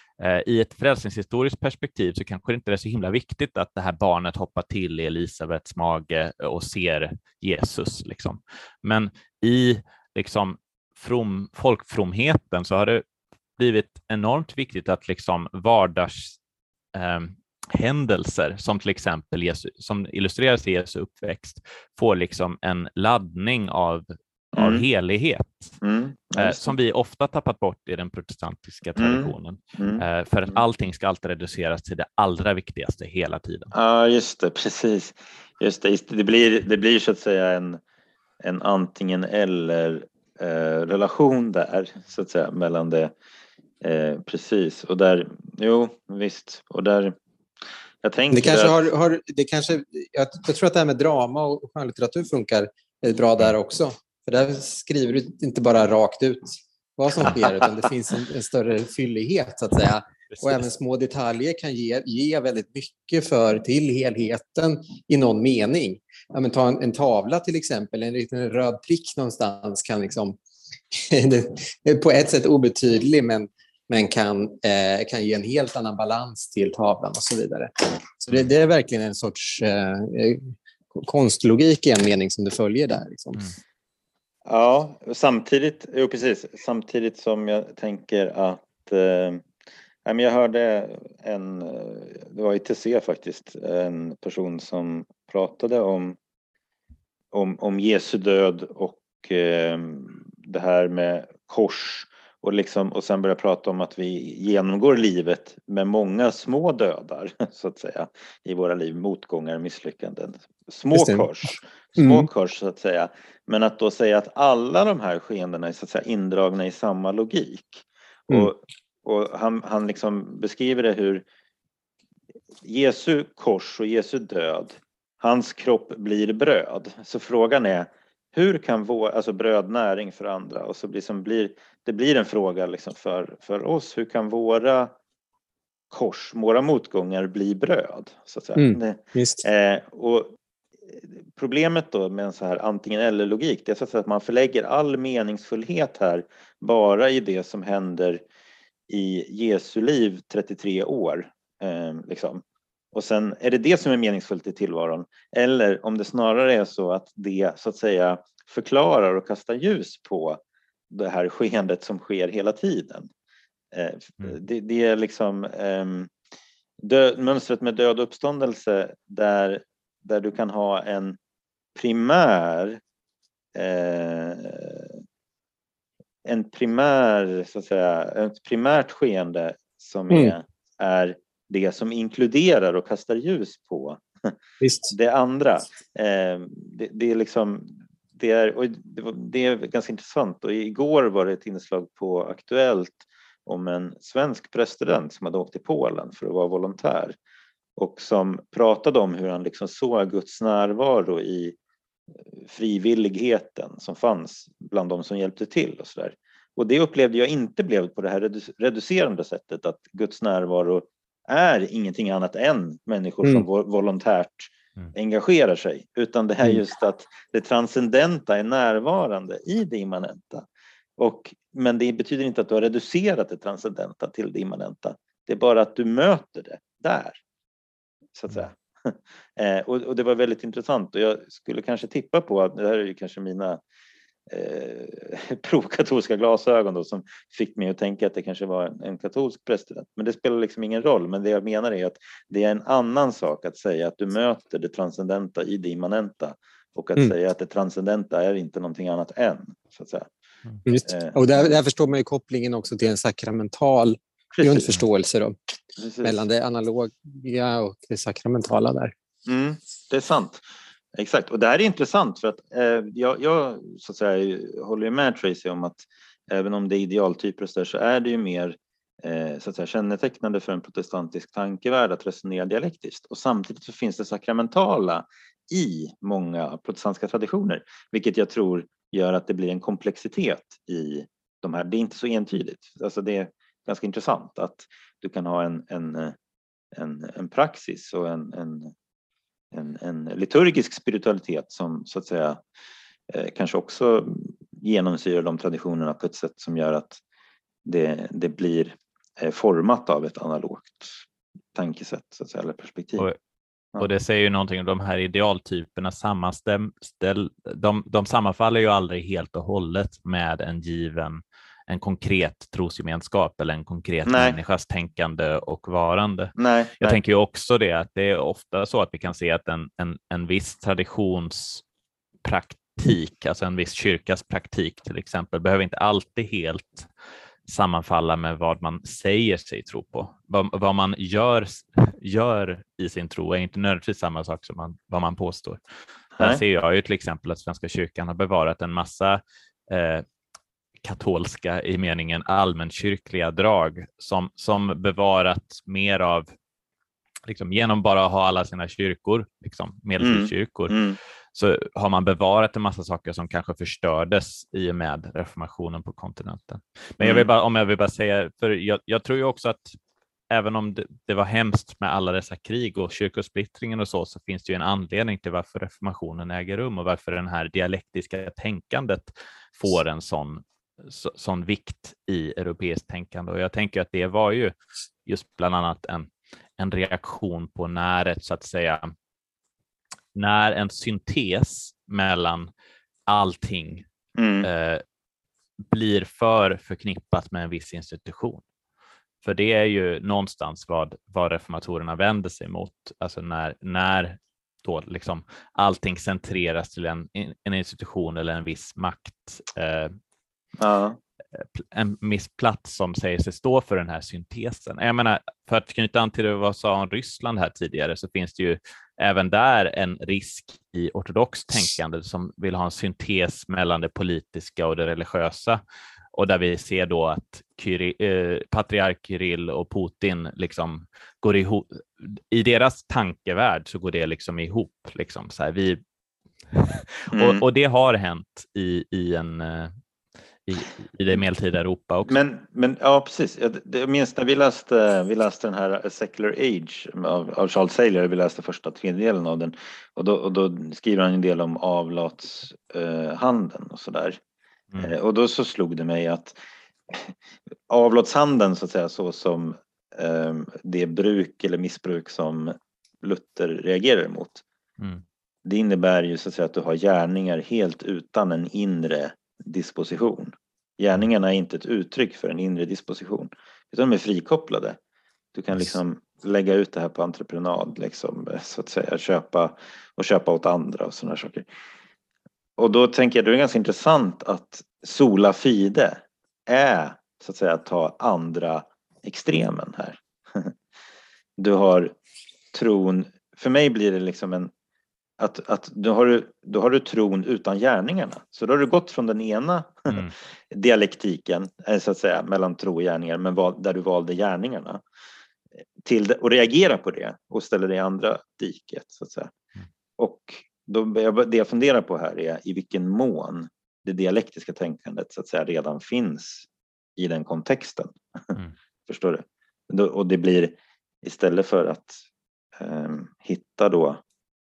I ett frälsningshistoriskt perspektiv så kanske det inte är så himla viktigt att det här barnet hoppar till i Elisabets mage och ser Jesus. Liksom. Men i liksom, from, folkfromheten så har det blivit enormt viktigt att liksom, vardags eh, händelser som till exempel Jesus, som illustreras i Jesu uppväxt får liksom en laddning av av mm. helighet mm. eh, som vi ofta tappat bort i den protestantiska traditionen. Mm. Mm. Eh, för att allting ska alltid reduceras till det allra viktigaste hela tiden. Ja, just det, precis. Just det, just det. Det, blir, det blir så att säga en, en antingen eller eh, relation där, så att säga, mellan det. Eh, precis, och där, jo, visst, och där jag tänker det kanske att... har, har det kanske, jag, jag tror att det här med drama och skönlitteratur funkar bra där också. För där skriver du inte bara rakt ut vad som sker, utan det finns en, en större fyllighet så att säga. Precis. Och även små detaljer kan ge, ge väldigt mycket för till helheten i någon mening. Ja, men ta en, en tavla till exempel, en liten röd prick någonstans kan liksom på ett sätt obetydlig men, men kan, eh, kan ge en helt annan balans till tavlan och så vidare. Så det, det är verkligen en sorts eh, konstlogik i en mening som du följer där. Liksom. Mm. Ja, samtidigt, jo precis, samtidigt som jag tänker att eh, jag hörde en, det var i T C faktiskt, en person som pratade om, om, om Jesu död och eh, det här med kors och, liksom, och sen började prata om att vi genomgår livet med många små dödar så att säga i våra liv, motgångar, misslyckanden, små kors, små mm. kors så att säga. Men att då säga att alla de här skeendena är så att säga indragna i samma logik. Mm. Och, och han, han liksom beskriver det hur Jesu kors och Jesu död, hans kropp blir bröd. Så frågan är, hur kan vår, alltså bröd näring för andra? Och så blir, som blir, det blir en fråga liksom för, för oss, hur kan våra kors, våra motgångar bli bröd? Så att säga. Mm, just. Eh, och problemet då med en så här antingen eller logik, det är så att, säga att man förlägger all meningsfullhet här bara i det som händer i Jesu liv trettiotre år. Eh, liksom. Och sen är det det som är meningsfullt i tillvaron. Eller om det snarare är så att det så att säga förklarar och kastar ljus på det här skeendet som sker hela tiden. Mm. Det, det är liksom um, död, mönstret med död uppståndelse där, där du kan ha en primär eh, en primär så att säga ett primärt skeende som är, mm. är det som inkluderar och kastar ljus på Visst. det andra. Eh, det, det är liksom det är, och det är ganska intressant, och igår var det ett inslag på Aktuellt om en svensk president som hade åkt till Polen för att vara volontär och som pratade om hur han liksom såg Guds närvaro i frivilligheten som fanns bland de som hjälpte till och så där. Och det upplevde jag inte blev på det här reducerande sättet att Guds närvaro är ingenting annat än människor mm. som volontärt mm. engagerar sig, utan det här just att det transcendenta är närvarande i det immanenta. Och, men det betyder inte att du har reducerat det transcendenta till det immanenta. Det är bara att du möter det där, så att säga. eh, och, och det var väldigt intressant, och jag skulle kanske tippa på att det här är ju kanske mina eh, provkatolska glasögon då, som fick mig att tänka att det kanske var en, en katolsk president. Men det spelar liksom ingen roll. Men det jag menar är att det är en annan sak att säga att du möter det transcendenta i det immanenta, och att mm. säga att det transcendenta är inte någonting annat än, så att säga. Just. Och där, där förstår man ju kopplingen också till en sakramental Precis. grundförståelse då, Precis. mellan det analoga och det sakramentala där. Mm, det är sant. Exakt, och det här är intressant för att eh, jag, jag så att säga håller med Tracy om att även om det är idealtyper och så, där, så är det ju mer eh, så att säga kännetecknande för en protestantisk tankevärld att resonera dialektiskt, och samtidigt så finns det sakramentala i många protestantiska traditioner, vilket jag tror gör att det blir en komplexitet i de här. Det är inte så entydigt. Alltså det är ganska intressant att du kan ha en, en, en, en praxis och en, en, en, en liturgisk spiritualitet som så att säga eh, kanske också genomsyrar de traditionerna på ett sätt som gör att det, det blir eh, format av ett analogt tankesätt, så att säga, eller perspektiv. Och, och det säger ju någonting om de här idealtyperna sammanställ, de, de sammanfaller ju aldrig helt och hållet med en given, en konkret trosgemenskap eller en konkret nej. människas tänkande och varande. Nej, Jag nej. tänker ju också det att det är ofta så att vi kan se att en, en, en viss traditionspraktik, alltså en viss kyrkas praktik till exempel, behöver inte alltid helt sammanfalla med vad man säger sig tro på. Vad, vad man gör, gör i sin tro är inte nödvändigtvis samma sak som man, vad man påstår. Nej. Där ser jag ju till exempel att Svenska kyrkan har bevarat en massa eh, katolska i meningen allmänkyrkliga drag som, som bevarat mer av liksom, genom bara att ha alla sina kyrkor, liksom, medeltidskyrkor, mm. Mm. så har man bevarat en massa saker som kanske förstördes i och med reformationen på kontinenten. Men mm. jag vill bara, om jag vill bara säga, för jag, jag tror ju också att även om det, det var hemskt med alla dessa krig och kyrkosplittringen och så, så finns det ju en anledning till varför reformationen äger rum och varför den här dialektiska tänkandet får en sån, så, sån vikt i europeiskt tänkande. Och jag tänker att det var ju just bland annat en, en reaktion på när ett, så att säga, när en syntes mellan allting mm. eh, blir för förknippat med en viss institution. För det är ju någonstans vad, vad reformatorerna vänder sig mot. Alltså när, när då liksom allting centreras till en, en institution eller en viss makt. Eh, ja. En viss plats som säger sig stå för den här syntesen. Jag menar, för att knyta an till det vad sa om Ryssland här tidigare, så finns det ju även där en risk i ortodox tänkande som vill ha en syntes mellan det politiska och det religiösa. Och där vi ser då att Kyri, eh, patriark Kirill och Putin liksom går ihop. I deras tankevärld så går det liksom ihop. Liksom, så här, vi... mm. och, och det har hänt i, i en... I, i det medeltida Europa också. Men, men ja, precis. Jag, jag minns när vi läste, vi läste den här A Secular Age av, av Charles Taylor. Vi läste första tredjedelen av den. Och då, och då skriver han en del om avlatshandeln eh, och sådär. Mm. Eh, och då så slog det mig att avlatshandeln, så att säga, så som eh, det bruk eller missbruk som Luther reagerar emot. Mm. Det innebär ju så att säga att du har gärningar helt utan en inre disposition. Gärningarna är inte ett uttryck för en inre disposition, utan de är frikopplade. Du kan liksom lägga ut det här på entreprenad, liksom, så att säga, köpa och köpa åt andra och sådana saker. Och då tänker jag, det är ganska intressant att sola fide är så att säga att ta andra extremen här. Du har tron, för mig blir det liksom en att, att då, har du, då har du tron utan gärningarna. Så då har du gått från den ena mm. dialektiken så att säga mellan tro och gärningar, men val, där du valde gärningarna till det, och reagera på det och ställa det i andra diket så att säga. Mm. Och då, det jag funderar på här är i vilken mån det dialektiska tänkandet så att säga redan finns i den kontexten. Mm. Förstår du? Och det blir istället för att eh, hitta då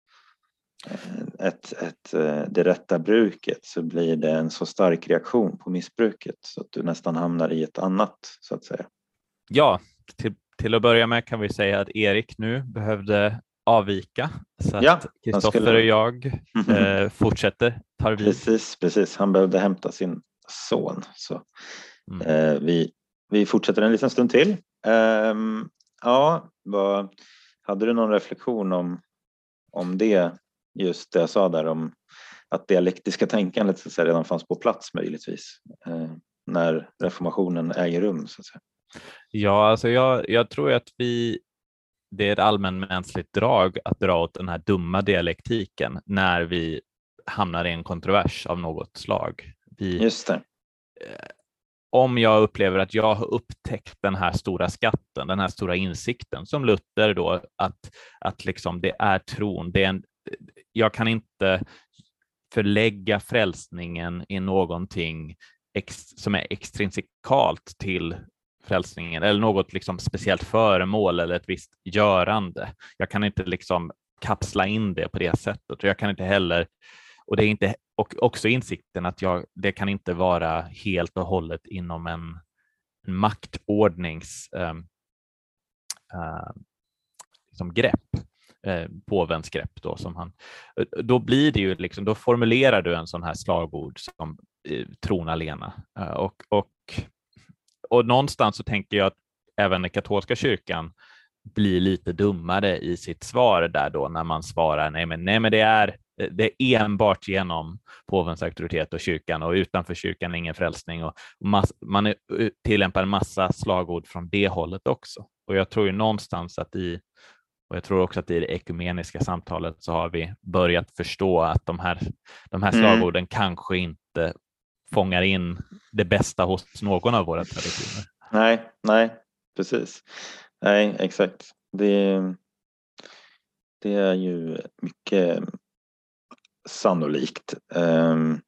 ett, ett, det rätta bruket, så blir det en så stark reaktion på missbruket så att du nästan hamnar i ett annat så att säga. Ja, till, till att börja med kan vi säga att Erik nu behövde avvika så att Kristoffer ja, skulle... och jag eh, fortsätter, tar vid. Precis, precis. Han behövde hämta sin son så mm. eh, vi, vi fortsätter en liten stund till. Eh, ja, vad, hade du någon reflektion om, om det? Just det jag sa där om att dialektiska tänkandet så att säga, redan fanns på plats möjligtvis eh, när reformationen äger rum så att säga. Ja, alltså jag, jag tror att vi det är ett allmänmänskligt drag att dra åt den här dumma dialektiken när vi hamnar i en kontrovers av något slag. Vi, Just det. Eh, om jag upplever att jag har upptäckt den här stora skatten, den här stora insikten som Luther då, att, att liksom det är tron, det är en jag kan inte förlägga frälsningen i någonting ex, som är extrinsikalt till frälsningen eller något liksom speciellt föremål eller ett visst görande. Jag kan inte liksom kapsla in det på det sättet och jag kan inte heller, och det är inte, och också insikten att jag, det kan inte vara helt och hållet inom en, en maktordnings um, uh, liksom grepp. Eh, påvens grepp då som han då blir det ju liksom, då formulerar du en sån här slagord som eh, tron alena eh, och, och och någonstans så tänker jag att även den katolska kyrkan blir lite dummare i sitt svar där då när man svarar nej men, nej, men det är det är enbart genom påvens auktoritet och kyrkan och utanför kyrkan ingen frälsning och mass, man är, tillämpar en massa slagord från det hållet också och jag tror ju någonstans att i Och jag tror också att i det ekumeniska samtalet så har vi börjat förstå att de här, de här slagorden mm. kanske inte fångar in det bästa hos någon av våra traditioner. Nej, nej, precis. Nej, exakt. Det, det är ju mycket sannolikt. Um...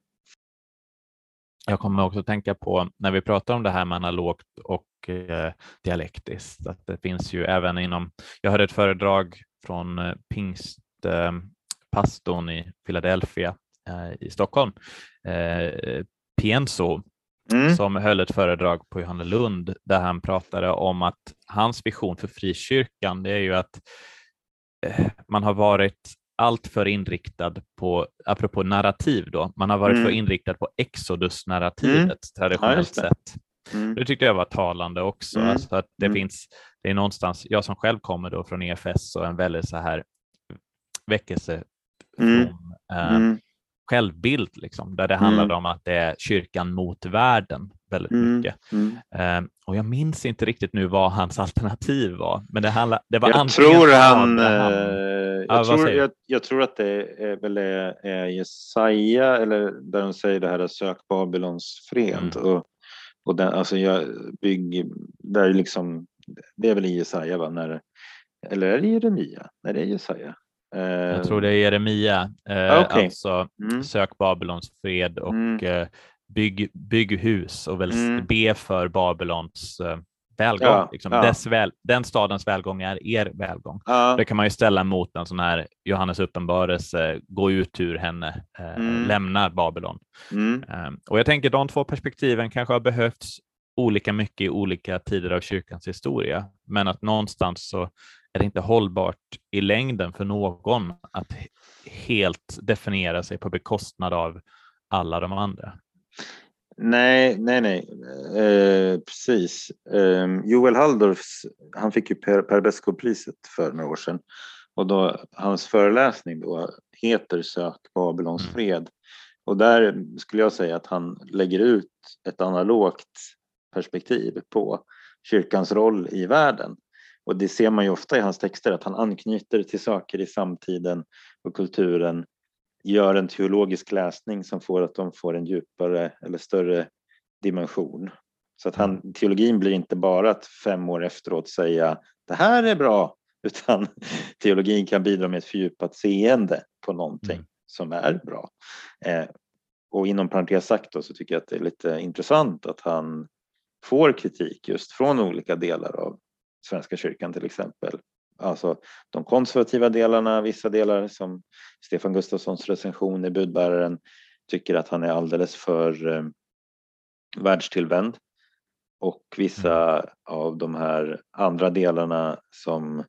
Jag kommer också tänka på när vi pratar om det här med analogt och eh, dialektiskt att det finns ju även inom, jag hörde ett föredrag från eh, pingstpastorn eh, i Philadelphia eh, i Stockholm, eh, Pienso, mm. som höll ett föredrag på Johannelund där han pratade om att hans vision för frikyrkan det är ju att eh, man har varit allt för inriktad på, apropå narrativ då, man har varit mm. för inriktad på Exodus-narrativet mm. traditionellt ja, sett. Mm. Det tyckte jag var talande också. Mm. Alltså att det mm. finns, det är någonstans, jag som själv kommer då från E F S och en väldigt så här väckelse mm. från, eh, mm. självbild liksom, där det mm. handlade om att det är kyrkan mot världen väldigt mm. mycket. Mm. Eh, och jag minns inte riktigt nu vad hans alternativ var, men det, handla, det var jag antingen tror han, han jag, ah, tror, jag, jag tror att det är väl är, är Jesaja eller där de säger det här sök Babylons fred mm. och, och den, alltså jag bygg där liksom det är väl i Jesaja va när, eller är det Jeremia? Nej, det är Jesaja. Jag tror det är Jeremia, eh, okay. alltså mm. sök Babylons fred och mm. eh, bygg, bygg hus och väl mm. be för Babylons eh, välgång. Ja, liksom. ja. Dess väl, den stadens välgång är er välgång. Ja. Det kan man ju ställa mot en sån här Johannes uppenbarelse, gå ut ur henne, eh, mm. lämnar Babylon. Mm. Eh, och jag tänker de två perspektiven kanske har behövts olika mycket i olika tider av kyrkans historia, men att någonstans så är det inte hållbart i längden för någon att helt definiera sig på bekostnad av alla de andra. Nej, nej, nej. Eh, precis. Eh, Joel Halldorfs, han fick ju Per, Per Beskow-priset för några år sedan. Och då, hans föreläsning då heter Sök Babylons Mm. fred. Och där skulle jag säga att han lägger ut ett analogt perspektiv på kyrkans roll i världen. Och det ser man ju ofta i hans texter, att han anknyter till saker i samtiden och kulturen, gör en teologisk läsning som får att de får en djupare eller större dimension. Så att han, teologin blir inte bara att fem år efteråt säga det här är bra, utan teologin kan bidra med ett fördjupat seende på någonting mm. som är bra. Eh, och inom parentes sagt då, så tycker jag att det är lite intressant att han får kritik just från olika delar av Svenska kyrkan till exempel. Alltså de konservativa delarna, vissa delar som Stefan Gustafssons recension i Budbäraren tycker att han är alldeles för eh, världstillvänd. Och vissa mm. av de här andra delarna som,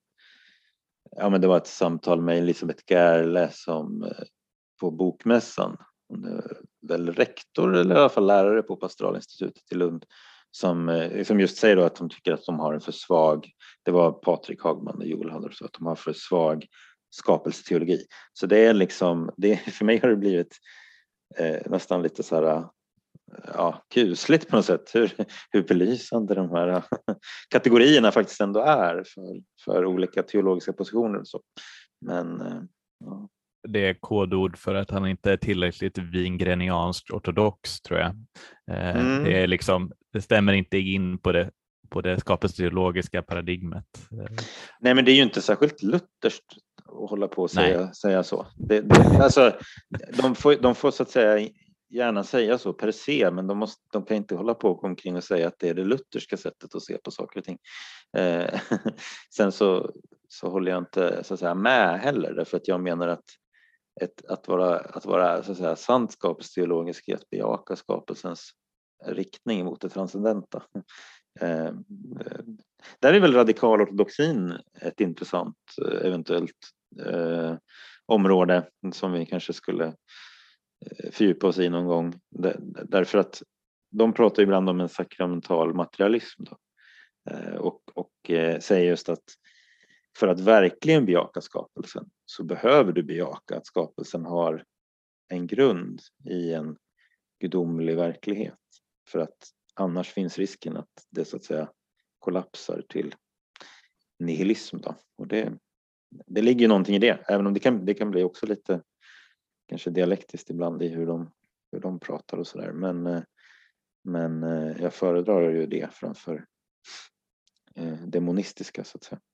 ja men det var ett samtal med Elisabeth Gerle som eh, på Bokmässan, hon är väl rektor eller i alla fall lärare på Pastoralinstitutet i Lund, som, som just säger då att de tycker att de har en för svag, det var Patrik Hagman och Joel Halldorf, så att de har för svag skapelseteologi. Så det är liksom, det, för mig har det blivit eh, nästan lite så här, ja, kusligt på något sätt hur, hur belysande de här kategorierna faktiskt ändå är för, för olika teologiska positioner och så. Men eh, ja. Det är kodord för att han inte är tillräckligt vingrenianskt ortodox, tror jag. Eh, mm. Det är liksom, det stämmer inte in på det, på det skapelseteologiska paradigmet. Nej, men det är ju inte särskilt lutherskt att hålla på och säga, säga så. Det, det, alltså, de, får, de får så att säga gärna säga så per se, men de, måste, de kan inte hålla på omkring och säga att det är det lutherska sättet att se på saker och ting. Eh, sen så, så håller jag inte så att säga med heller, därför att jag menar att Ett, att vara, att vara så att säga, sant skapelseteologisk är att bejaka skapelsens riktning mot det transcendenta. Eh, där är väl radikalortodoxin ett intressant eventuellt eh, område som vi kanske skulle fördjupa oss i någon gång. Därför att de pratar ibland om en sakramental materialism då. Eh, och, och eh, säger just att för att verkligen bejaka skapelsen så behöver du bejaka att skapelsen har en grund i en gudomlig verklighet. För att annars finns risken att det så att säga kollapsar till nihilism då. Och det, det ligger ju någonting i det, även om det kan, det kan bli också lite kanske dialektiskt ibland i hur de, hur de pratar och sådär. Men, men jag föredrar ju det framför eh, demonistiska så att säga.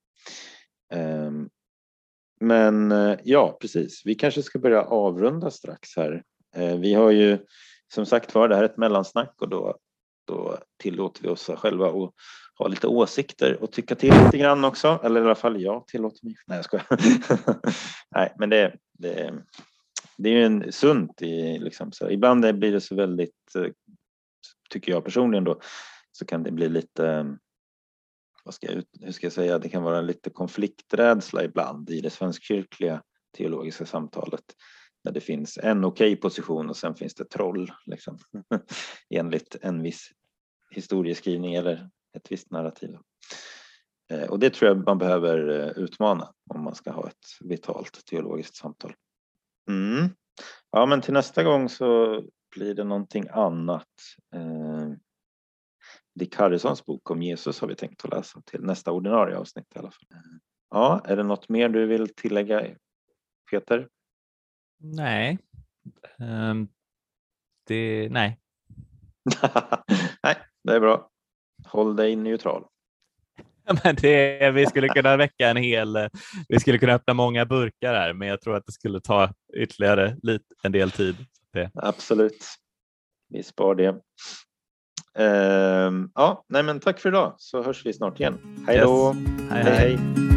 Men ja, precis. Vi kanske ska börja avrunda strax här. Vi har ju som sagt var det här ett mellansnack och då, då tillåter vi oss själva att ha lite åsikter och tycka till lite grann också. Eller i alla fall jag tillåter mig. Nej, jag skojar. Nej, men det, det, det är ju en sunt i liksom så. Ibland blir det så väldigt, tycker jag personligen då, så kan det bli lite, vad ska jag, hur ska jag säga, det kan vara lite konflikträdsla ibland i det svenskkyrkliga teologiska samtalet. Där det finns en okej position och sen finns det troll liksom, enligt en viss historieskrivning eller ett visst narrativ. Och det tror jag man behöver utmana om man ska ha ett vitalt teologiskt samtal. Mm. Ja, men till nästa gång så blir det någonting annat. Dick Harrisons bok om Jesus har vi tänkt att läsa till nästa ordinarie avsnitt i alla fall. Ja, är det något mer du vill tillägga, Peter? Nej. Um, det, nej. Nej, det är bra. Håll dig neutral. Men det, vi skulle kunna väcka en hel, vi skulle kunna öppna många burkar här, men jag tror att det skulle ta ytterligare lite, en del tid. Det. Absolut. Vi spar det. Uh, ja, nej men tack för idag, så hörs vi snart igen. Hej då. Yes. Hej, hej. hej.